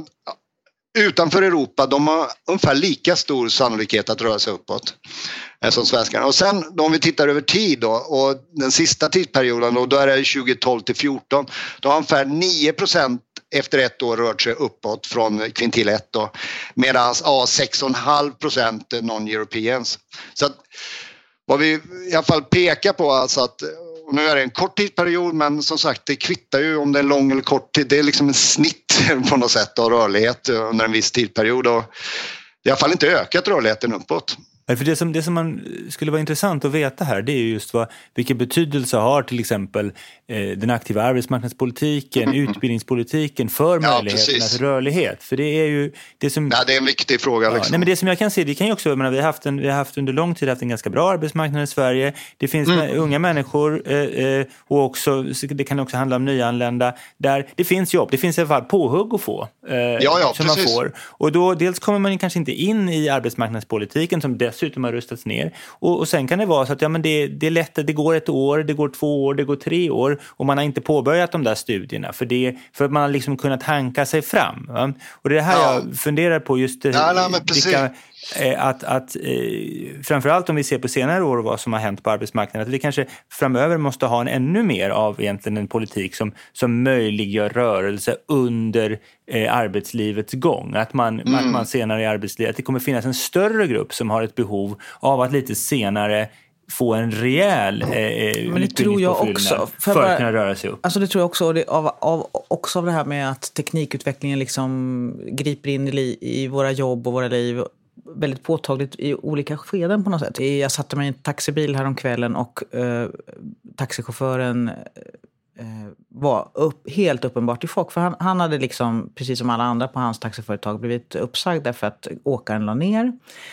utanför Europa, de har ungefär lika stor sannolikhet att röra sig uppåt uh, som svenskarna. Och sen då, om vi tittar över tid då, och den sista tidsperioden då, då är det tjugotolv till fjorton, då har ungefär nio procent efter ett år rört sig uppåt från kvintil ett då, medan ja, sex komma fem procent non-Europeans. Så att, vad vi i alla fall pekar på alltså att, och nu är det en kort tidsperiod, men som sagt det kvittar ju om det är en lång eller kort tid, det är liksom en snitt på något sätt av rörlighet under en viss tidsperiod och det har i alla fall inte ökat rörligheten uppåt. För det som, det som man skulle vara intressant att veta här, det är just vad, vilken betydelse har till exempel eh, den aktiva arbetsmarknadspolitiken, mm. utbildningspolitiken för ja, möjligheterna till rörlighet. För det är ju det som... Ja, det är en viktig fråga. Ja, liksom. nej, men det som jag kan se, det kan ju också, menar, vi, har haft en, vi har haft under lång tid haft en ganska bra arbetsmarknad i Sverige. Det finns mm. unga människor eh, eh, och också, det kan också handla om nyanlända, där det finns jobb, det finns i alla fall påhugg att få. Eh, ja, ja, som precis. man får. Och då dels kommer man kanske inte in i arbetsmarknadspolitiken som dessutom har rustats ner. Och, och sen kan det vara så att ja, men det, det är lätt att det går ett år, det går två år, det går tre år och man har inte påbörjat de där studierna för, det, för att man har liksom kunnat hanka sig fram. Va? Och det är det här ja. jag funderar på just det, ja, nej, men vilka, eh, att, att eh, framförallt om vi ser på senare år vad som har hänt på arbetsmarknaden, att vi kanske framöver måste ha en ännu mer av egentligen en politik som, som möjliggör rörelse under eh, arbetslivets gång. Att man, mm. att man senare i arbetslivet, att det kommer finnas en större grupp som har ett behov av att lite senare få en rejäl eh, men det tror jag också för, för att kunna röra sig upp. Alltså det tror jag också, det, av, av, också av det här med att teknikutvecklingen liksom griper in i, i våra jobb och våra liv väldigt påtagligt i olika skeden på något sätt. Jag satte mig i en taxibil här om kvällen och eh, taxichauffören eh, var upp, helt uppenbart i chock. För han, han hade liksom, precis som alla andra på hans taxiföretag, blivit uppsagd därför att åkaren la ner.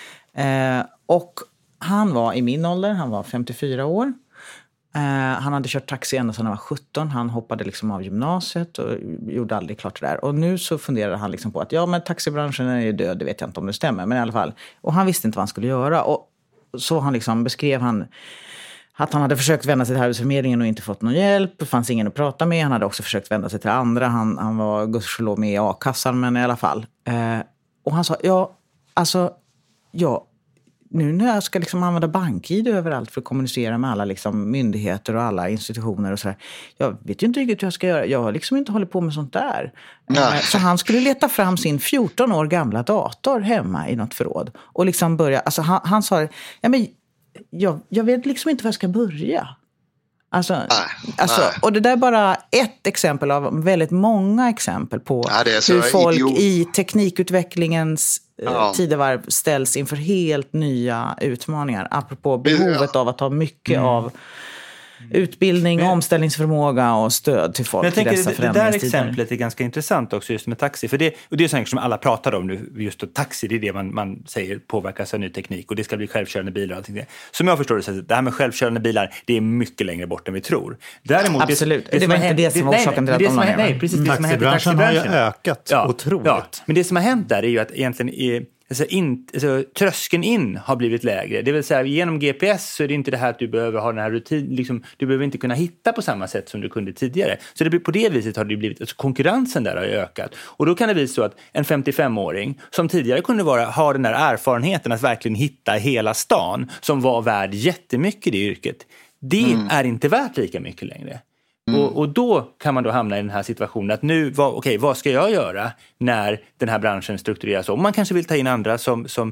Eh, och han var i min ålder, han var femtiofyra år. Eh, han hade kört taxi ända sedan han var sjutton. Han hoppade liksom av gymnasiet och gjorde aldrig klart det där. Och nu så funderade han liksom på att ja, men taxibranschen är ju död, det vet jag inte om det stämmer. Men i alla fall. Och han visste inte vad han skulle göra. Och så han liksom beskrev han att han hade försökt vända sig till Arbetsförmedlingen och inte fått någon hjälp. Det fanns ingen att prata med. Han hade också försökt vända sig till andra. Han, han var gudskelov med i a-kassan, men i alla fall. Eh, och han sa, ja, alltså, ja, nu när jag ska liksom använda bank-id överallt för att kommunicera med alla liksom myndigheter och alla institutioner och sådär. Jag vet ju inte riktigt hur jag ska göra. Jag har liksom inte hållit på med sånt där. Nej. Så han skulle leta fram sin fjorton år gamla dator hemma i något förråd. Och liksom börja, alltså han, han sa, ja men jag, jag vet liksom inte var jag ska börja. Alltså, nej, alltså, nej. Och det där är bara ett exempel av väldigt många exempel på ja, hur folk idiot. i teknikutvecklingens ja. tidevarv ställs inför helt nya utmaningar. Apropå behovet ja. av att ha mycket mm. av utbildning, men, omställningsförmåga och stöd till folk. Men jag i dessa tänker, det, det där exemplet är ganska intressant också just med taxi. För det, och det är sånt som alla pratar om nu, just då, taxi, det är det man, man säger påverkas av ny teknik och det ska bli självkörande bilar och allting det. Som jag förstår det, så det här med självkörande bilar, det är mycket längre bort än vi tror. Däremot, absolut, det, det, det var inte det som var orsaken till att de nej, nej, precis, det som taxibranschen har ju ökat ja, otroligt. Ja. Men det som har hänt där är ju att egentligen är Alltså, in, alltså, tröskeln in har blivit lägre. Det vill säga genom G P S så är det inte det här att du behöver ha den här rutin. Liksom, du behöver inte kunna hitta på samma sätt som du kunde tidigare. Så det blir, på det viset har det blivit, alltså, konkurrensen där har ökat. Och då kan det bli så att en femtiofem-åring som tidigare kunde vara, ha den där erfarenheten att verkligen hitta hela stan som var värd jättemycket i yrket. Det mm. är inte värt lika mycket längre. Mm. Och, och då kan man då hamna i den här situationen att nu, vad, okej, vad ska jag göra när den här branschen struktureras om? Man kanske vill ta in andra som, som,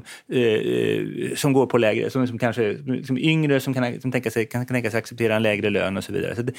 eh, som går på lägre, som, som kanske som yngre, som kan, som tänka sig, kan, kan tänka sig acceptera en lägre lön och så vidare. Så det,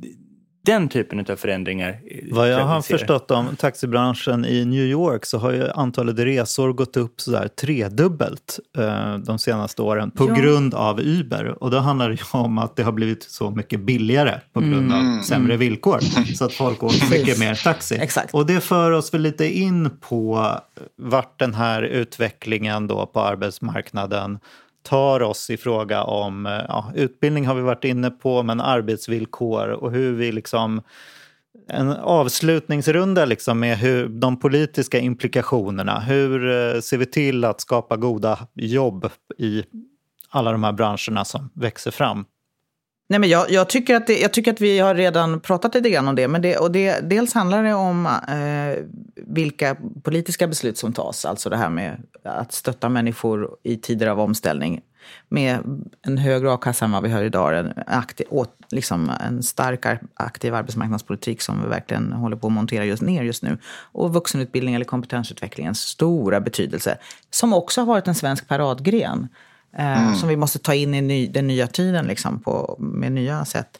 den typen av förändringar. Vad jag har förstått om taxibranschen i New York så har ju antalet resor gått upp sådär tredubbelt eh, de senaste åren på ja. grund av Uber. Och då handlar det ju om att det har blivit så mycket billigare på grund av mm. sämre villkor. Så att folk åker mycket mer taxi. Exakt. Och det för oss väl lite in på vart den här utvecklingen då på arbetsmarknaden tar oss i fråga om ja, utbildning har vi varit inne på, men arbetsvillkor och hur vi liksom en avslutningsrunda liksom med hur de politiska implikationerna, hur ser vi till att skapa goda jobb i alla de här branscherna som växer fram? Nej, men jag, jag, tycker att det, jag tycker att vi har redan pratat lite grann om det. Men det, och det, dels handlar det om eh, vilka politiska beslut som tas. Alltså det här med att stötta människor i tider av omställning. Med en högre a-kassa än vad vi har idag. En, aktiv, liksom en stark aktiv arbetsmarknadspolitik som vi verkligen håller på att montera just ner just nu. Och vuxenutbildning eller kompetensutvecklingens stora betydelse. Som också har varit en svensk paradgren. Mm. Som vi måste ta in i ny, den nya tiden liksom på, med nya sätt.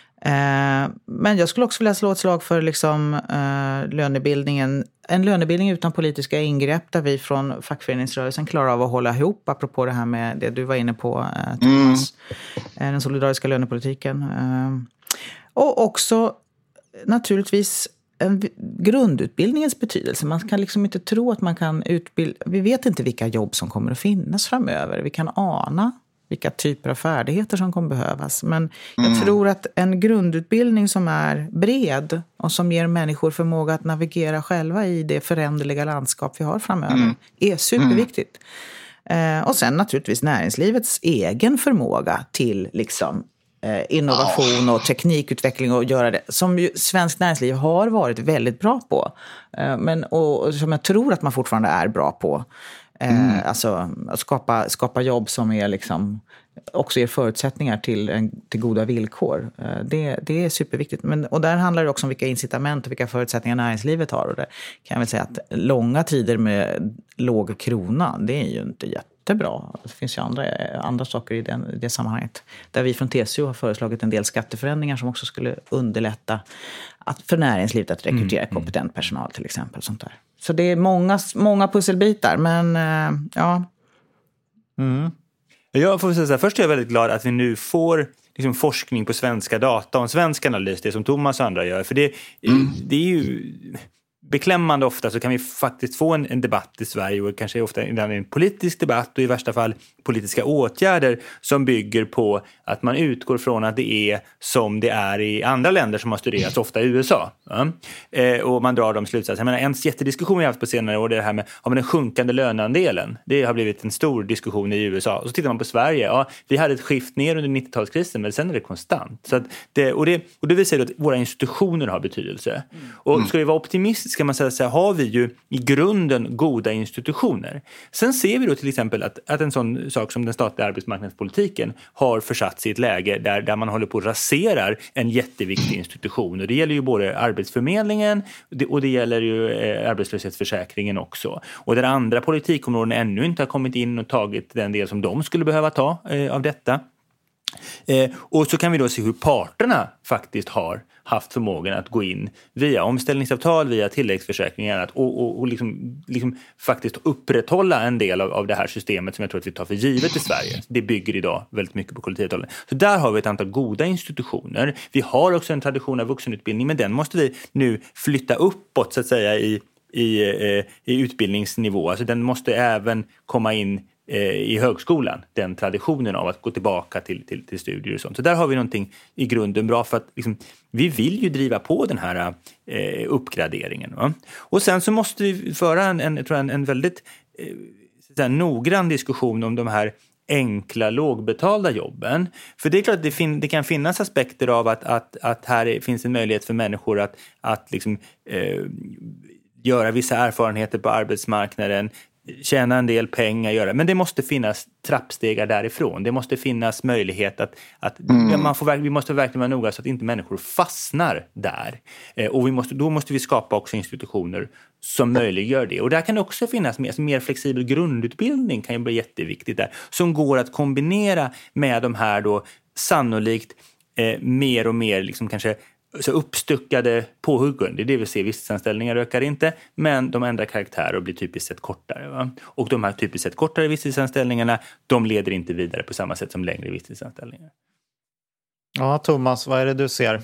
Eh, men jag skulle också vilja slå ett slag för liksom, eh, lönebildningen. En lönebildning utan politiska ingrepp där vi från fackföreningsrörelsen klarar av att hålla ihop. Apropå det här med det du var inne på, eh, Thomas. Mm. Den solidariska lönepolitiken. Eh, och också naturligtvis en grundutbildningens betydelse. Man kan liksom inte tro att man kan utbilda. Vi vet inte vilka jobb som kommer att finnas framöver. Vi kan ana vilka typer av färdigheter som kommer behövas. Men jag mm. tror att en grundutbildning som är bred och som ger människor förmåga att navigera själva i det föränderliga landskap vi har framöver mm. är superviktigt. Mm. Eh, och sen naturligtvis näringslivets egen förmåga till liksom Eh, innovation och teknikutveckling och göra det som ju svensk näringsliv har varit väldigt bra på eh, men, och, och som jag tror att man fortfarande är bra på eh, mm. alltså att skapa, skapa jobb som är liksom också ger förutsättningar till, en, till goda villkor. Eh, det, det är superviktigt. Men, och där handlar det också om vilka incitament och vilka förutsättningar näringslivet har. Och det kan jag väl säga att långa tider med låg krona, det är ju inte jättebra. Det finns ju andra, andra saker i, den, i det sammanhanget. Där vi från T C O har föreslagit en del skatteförändringar som också skulle underlätta att, för näringslivet att rekrytera mm. kompetent personal till exempel. Sånt där. Så det är många, många pusselbitar, men äh, ja. Mm. Jag får säga så här, först är jag väldigt glad att vi nu får liksom forskning på svenska data och svensk analys, det som Thomas och andra gör. För det, mm. det är ju beklämmande ofta, så kan vi faktiskt få en, en debatt i Sverige och kanske ofta en politisk debatt och i värsta fall politiska åtgärder som bygger på att man utgår från att det är som det är i andra länder som har studerats, ofta i U S A. Ja. Eh, och man drar de slutsatser. Jag menar, en jättediskussion vi har haft på senare år är det här med har man den sjunkande löneandelen. Det har blivit en stor diskussion i U S A. Och så tittar man på Sverige. Ja, vi hade ett skift ner under nittiotalskrisen, men sen är det konstant. Så att det, och, det, och det visar ju att våra institutioner har betydelse. Och ska vi vara optimistiska, kan man säga så här, har vi ju i grunden goda institutioner. Sen ser vi då till exempel att, att en sån sak som den statliga arbetsmarknadspolitiken har försatts i ett läge där, där man håller på att rasera en jätteviktig institution. Och det gäller ju både Arbetsförmedlingen och det gäller ju eh, arbetslöshetsförsäkringen också. Och där andra politikområden ännu inte har kommit in och tagit den del som de skulle behöva ta eh, av detta. Eh, och så kan vi då se hur parterna faktiskt har haft förmågan att gå in via omställningsavtal, via tilläggsförsäkringar att, och, och, och liksom, liksom faktiskt upprätthålla en del av, av det här systemet som jag tror att vi tar för givet i Sverige. Det bygger idag väldigt mycket på kollektivavtalen. Så där har vi ett antal goda institutioner. Vi har också en tradition av vuxenutbildning, men den måste vi nu flytta uppåt så att säga i, i, i, i utbildningsnivå. Alltså den måste även komma in i högskolan, den traditionen av att gå tillbaka till, till, till studier och sånt. Så där har vi någonting i grunden bra för att liksom, vi vill ju driva på den här eh, uppgraderingen. Va? Och sen så måste vi föra en, en, tror jag, en, en väldigt eh, så här, noggrann diskussion om de här enkla, lågbetalda jobben. För det är klart att det, fin- det kan finnas aspekter av att, att, att här finns en möjlighet för människor att, att liksom, eh, göra vissa erfarenheter på arbetsmarknaden, tjäna en del pengar, göra. Men det måste finnas trappstegar därifrån. Det måste finnas möjlighet att, att mm. ja, man får, vi måste verkligen vara noga så att inte människor fastnar där. Eh, och vi måste, då måste vi skapa också institutioner som möjliggör det. Och där kan det också finnas mer, alltså mer flexibel grundutbildning kan ju bli jätteviktigt där. Som går att kombinera med de här då sannolikt eh, mer och mer liksom kanske så uppstyckade påhuggen. Det är det vi ser, visstidsanställningar ökar inte, men de ändrar karaktär och blir typiskt sett kortare. Va? Och de här typiskt sett kortare visstidsanställningarna, de leder inte vidare på samma sätt som längre visstidsanställningar. Ja, Thomas, vad är det du ser?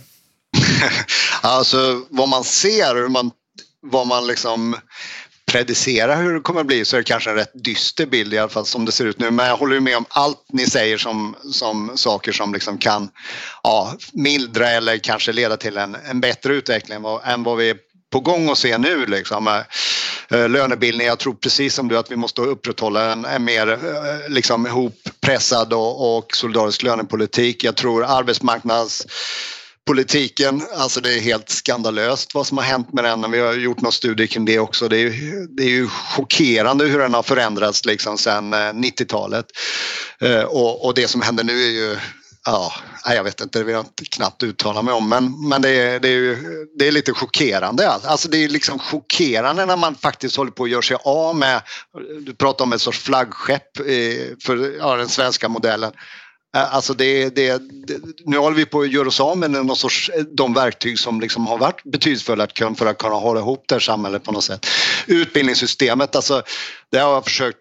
Alltså, vad man ser, hur man, vad man liksom predicera hur det kommer att bli, så är det kanske en rätt dyster bild i alla fall som det ser ut nu. Men jag håller ju med om allt ni säger som, som saker som liksom kan ja, mildra eller kanske leda till en, en bättre utveckling vad, än vad vi är på gång att se nu. Liksom. Äh, lönebildning, jag tror precis som du att vi måste upprätthålla en, en mer äh, liksom, ihoppressad och, och solidarisk lönepolitik. Jag tror arbetsmarknads politiken, alltså det är helt skandalöst vad som har hänt med den. Vi har gjort någon studie kring det också. Det är ju, det är ju chockerande hur den har förändrats liksom sedan nittiotalet. Eh, och, och det som händer nu är ju, ja, jag vet inte, det vill jag inte knappt uttala mig om. Men, men det, är, det, är ju, det är lite chockerande. Alltså det är liksom chockerande när man faktiskt håller på att göra sig av med, du pratar om ett sorts flaggskepp för ja, den svenska modellen. Alltså det, det, det, nu håller vi på att göra oss av med någon sorts, de verktyg som liksom har varit betydelsefulla för att kunna hålla ihop det här samhället på något sätt. Utbildningssystemet, alltså det har jag försökt,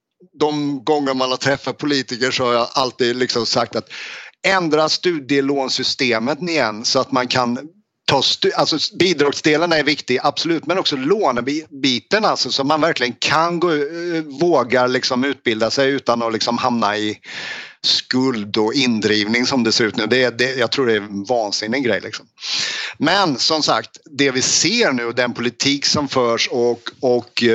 de gånger man har träffat politiker så har jag alltid liksom sagt att ändra studielånsystemet igen så att man kan ta stu- alltså bidragsdelen är viktig, absolut, men också lånebiten, alltså så man verkligen kan gå, vågar liksom utbilda sig utan att liksom hamna i skuld och indrivning som det ser ut nu. Det, det, jag tror det är en vansinnig grej. Liksom. Men som sagt, det vi ser nu, den politik som förs och, och,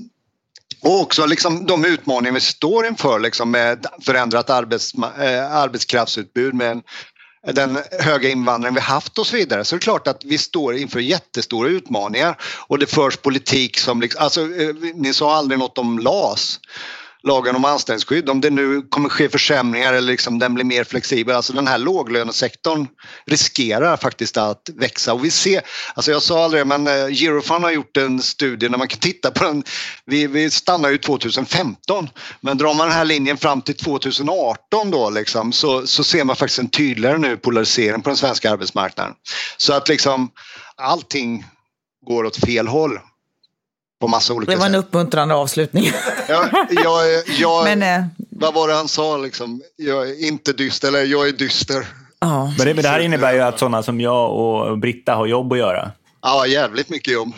och också liksom de utmaningar vi står inför liksom med förändrat arbets, äh, arbetskraftsutbud, med den höga invandringen vi haft och så vidare, så är det klart att vi står inför jättestora utmaningar och det förs politik som, liksom, alltså ni sa aldrig något om L A S, lagen om anställningsskydd, om det nu kommer ske försämringar eller liksom den blir mer flexibel, alltså den här låglönesektorn riskerar faktiskt att växa och vi ser, alltså jag sa aldrig, men Eurofund har gjort en studie när man kan titta på den, vi, vi stannar ju tjugohundrafemton, men drar man den här linjen fram till tjugoarton då liksom, så, så ser man faktiskt en tydligare nu polarisering på den svenska arbetsmarknaden, så att liksom allting går åt fel håll. På massa olika det var en sätt. Uppmuntrande avslutning. Ja, jag, jag, men, eh, vad var det han sa? Liksom? Jag är inte dyster, eller jag är dyster. Ja. Men det, men det här innebär ju att sådana som jag och Britta har jobb att göra. Ja, jävligt mycket jobb.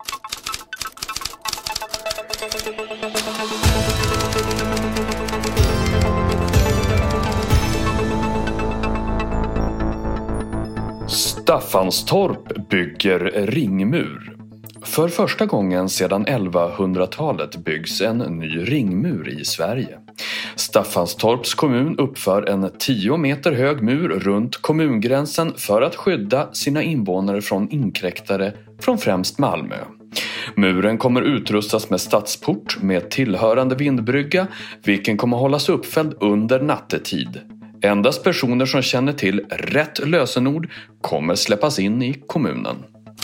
Staffanstorp bygger ringmur. För första gången sedan elvahundratalet byggs en ny ringmur i Sverige. Staffanstorps kommun uppför en tio meter hög mur runt kommungränsen för att skydda sina invånare från inkräktare från främst Malmö. Muren kommer utrustas med stadsport med tillhörande vindbrygga, vilken kommer hållas uppfälld under nattetid. Endast personer som känner till rätt lösenord kommer släppas in i kommunen.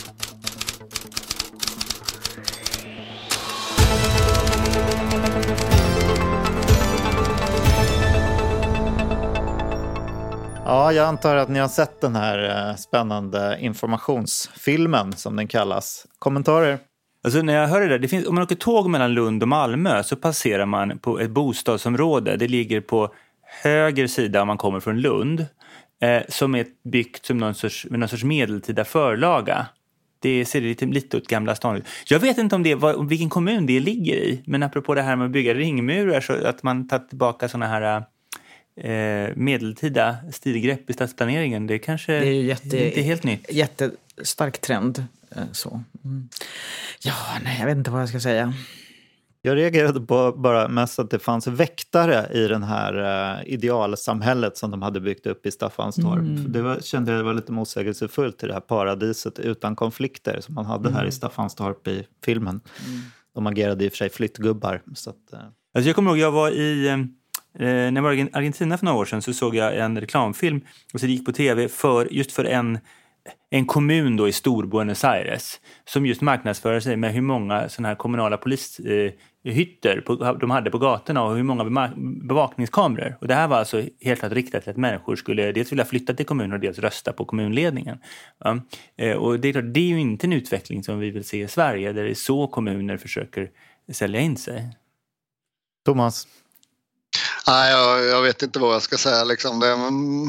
Ja, jag antar att ni har sett den här spännande informationsfilmen som den kallas. Kommentarer? Alltså när jag hör det där, det finns, om man åker tåg mellan Lund och Malmö så passerar man på ett bostadsområde. Det ligger på höger sida om man kommer från Lund. Eh, som är byggt som någon sorts, med någon sorts medeltida förlaga. Det ser lite, lite åt Gamla stan ut. Jag vet inte om det var, vilken kommun det ligger i. Men apropå det här med att bygga ringmurar, så att man tar tillbaka såna här eh, medeltida stilgrepp i stadsplaneringen. Det kanske det är ju jätte, inte helt nytt. Jättestark trend. Så. Mm. Ja, nej, jag vet inte vad jag ska säga. Jag reagerade på bara mest att det fanns väktare i den här uh, idealsamhället som de hade byggt upp i Staffanstorp. Mm. Det var, kände jag det var lite motsägelsefullt i det här paradiset utan konflikter som man hade mm. här i Staffanstorp i filmen. Mm. De agerade i och för sig flyttgubbar. Så att, eh. alltså jag kommer ihåg, jag var i... Eh, när jag var i Argentina för några år sedan så såg jag en reklamfilm och så det gick på tv för, just för en, en kommun då i stor Buenos Aires som just marknadsför sig med hur många sådana här kommunala polishytter eh, på, de hade på gatorna och hur många bema- bevakningskameror. Och det här var alltså helt klart riktat till att människor skulle dels vilja flytta till kommunen och dels rösta på kommunledningen. Ja. Eh, och det är, klart, det är ju inte en utveckling som vi vill se i Sverige där det är så kommuner försöker sälja in sig. Thomas? Nej, jag, jag vet inte vad jag ska säga liksom. Det,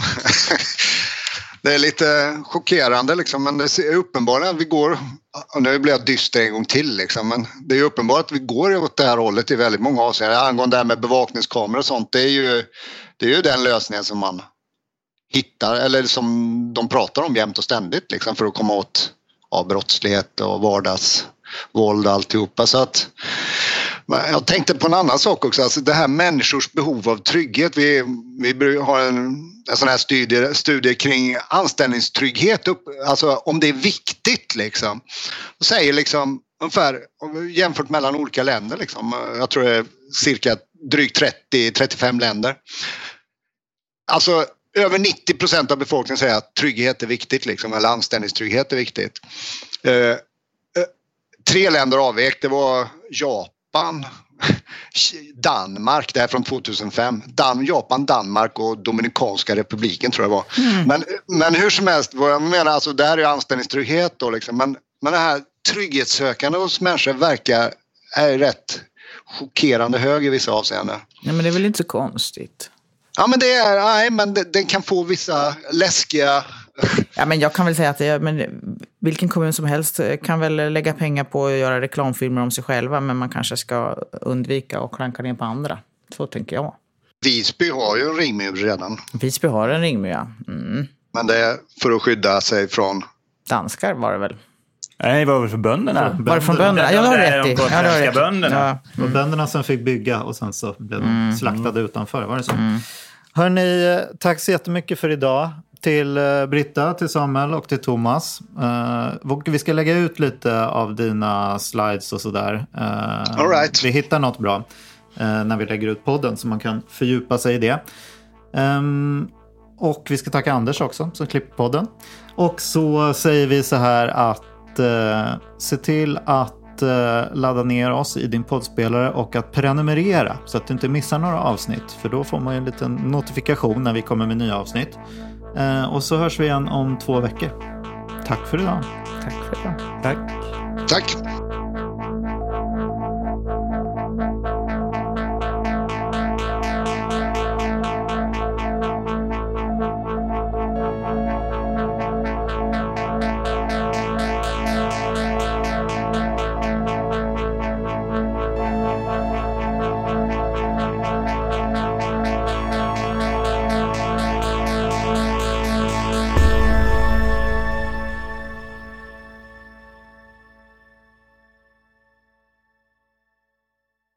det är lite chockerande liksom, men det är uppenbart att vi går, och nu blir jag dyster en gång till liksom, men det är uppenbart att vi går åt det här hållet i väldigt många avseenden. Angående det här med bevakningskameror och sånt, det är ju, det är ju den lösningen som man hittar, eller som de pratar om jämt och ständigt liksom, för att komma åt ja, brottslighet och vardagsvåld och alltihopa. Så att jag tänkte på en annan sak också, alltså det här människors behov av trygghet. Vi, vi har en, en sån här studie, studie kring anställningstrygghet, upp, alltså om det är viktigt liksom. Och säger liksom ungefär jämfört mellan olika länder liksom, jag tror det är cirka drygt trettio till trettiofem länder. Alltså över nittio procent av befolkningen säger att trygghet är viktigt liksom, eller anställningstrygghet är viktigt. Eh, eh, tre länder avvek, det var Japan, Danmark, det är från tvåtusenfem. Dan, Japan, Danmark och Dominikanska republiken tror jag var. Mm. Men, men hur som helst, vad jag menar, alltså, det här är anställningstrygghet då, liksom, men, men det här trygghetssökande hos människor verkar är rätt chockerande hög i vissa avseenden. Nej, men det är väl inte så konstigt. Ja, men det är, nej, men det, den kan få vissa läskiga... Ja, men jag kan väl säga att det, men vilken kommun som helst kan väl lägga pengar på att göra reklamfilmer om sig själva, men man kanske ska undvika och klanka ner på andra. Så tänker jag. Visby har ju en ringmur redan. Visby har en ringmur, ja. Mm. Men det är för att skydda sig från... Danskar var det väl? Nej, det var väl för bönderna. Var det från bönderna? Ja, det har rätt i. Ja, det har rätt. Bönderna. Ja. Mm. Och bönderna som fick bygga och sen så blev de mm. slaktade utanför, var det så? Mm. Hörrni, tack så jättemycket för idag. Till Britta, till Samuel och till Thomas. Uh, vi ska lägga ut lite av dina slides och sådär. Uh, All right. Vi hittar något bra uh, när vi lägger ut podden så man kan fördjupa sig i det. Um, och vi ska tacka Anders också som klipper podden. Och så säger vi så här att uh, se till att ladda ner oss i din poddspelare och att prenumerera så att du inte missar några avsnitt, för då får man ju en liten notifikation när vi kommer med nya avsnitt. Eh, och så hörs vi igen om två veckor. Tack för idag. Tack för idag. Tack. Tack.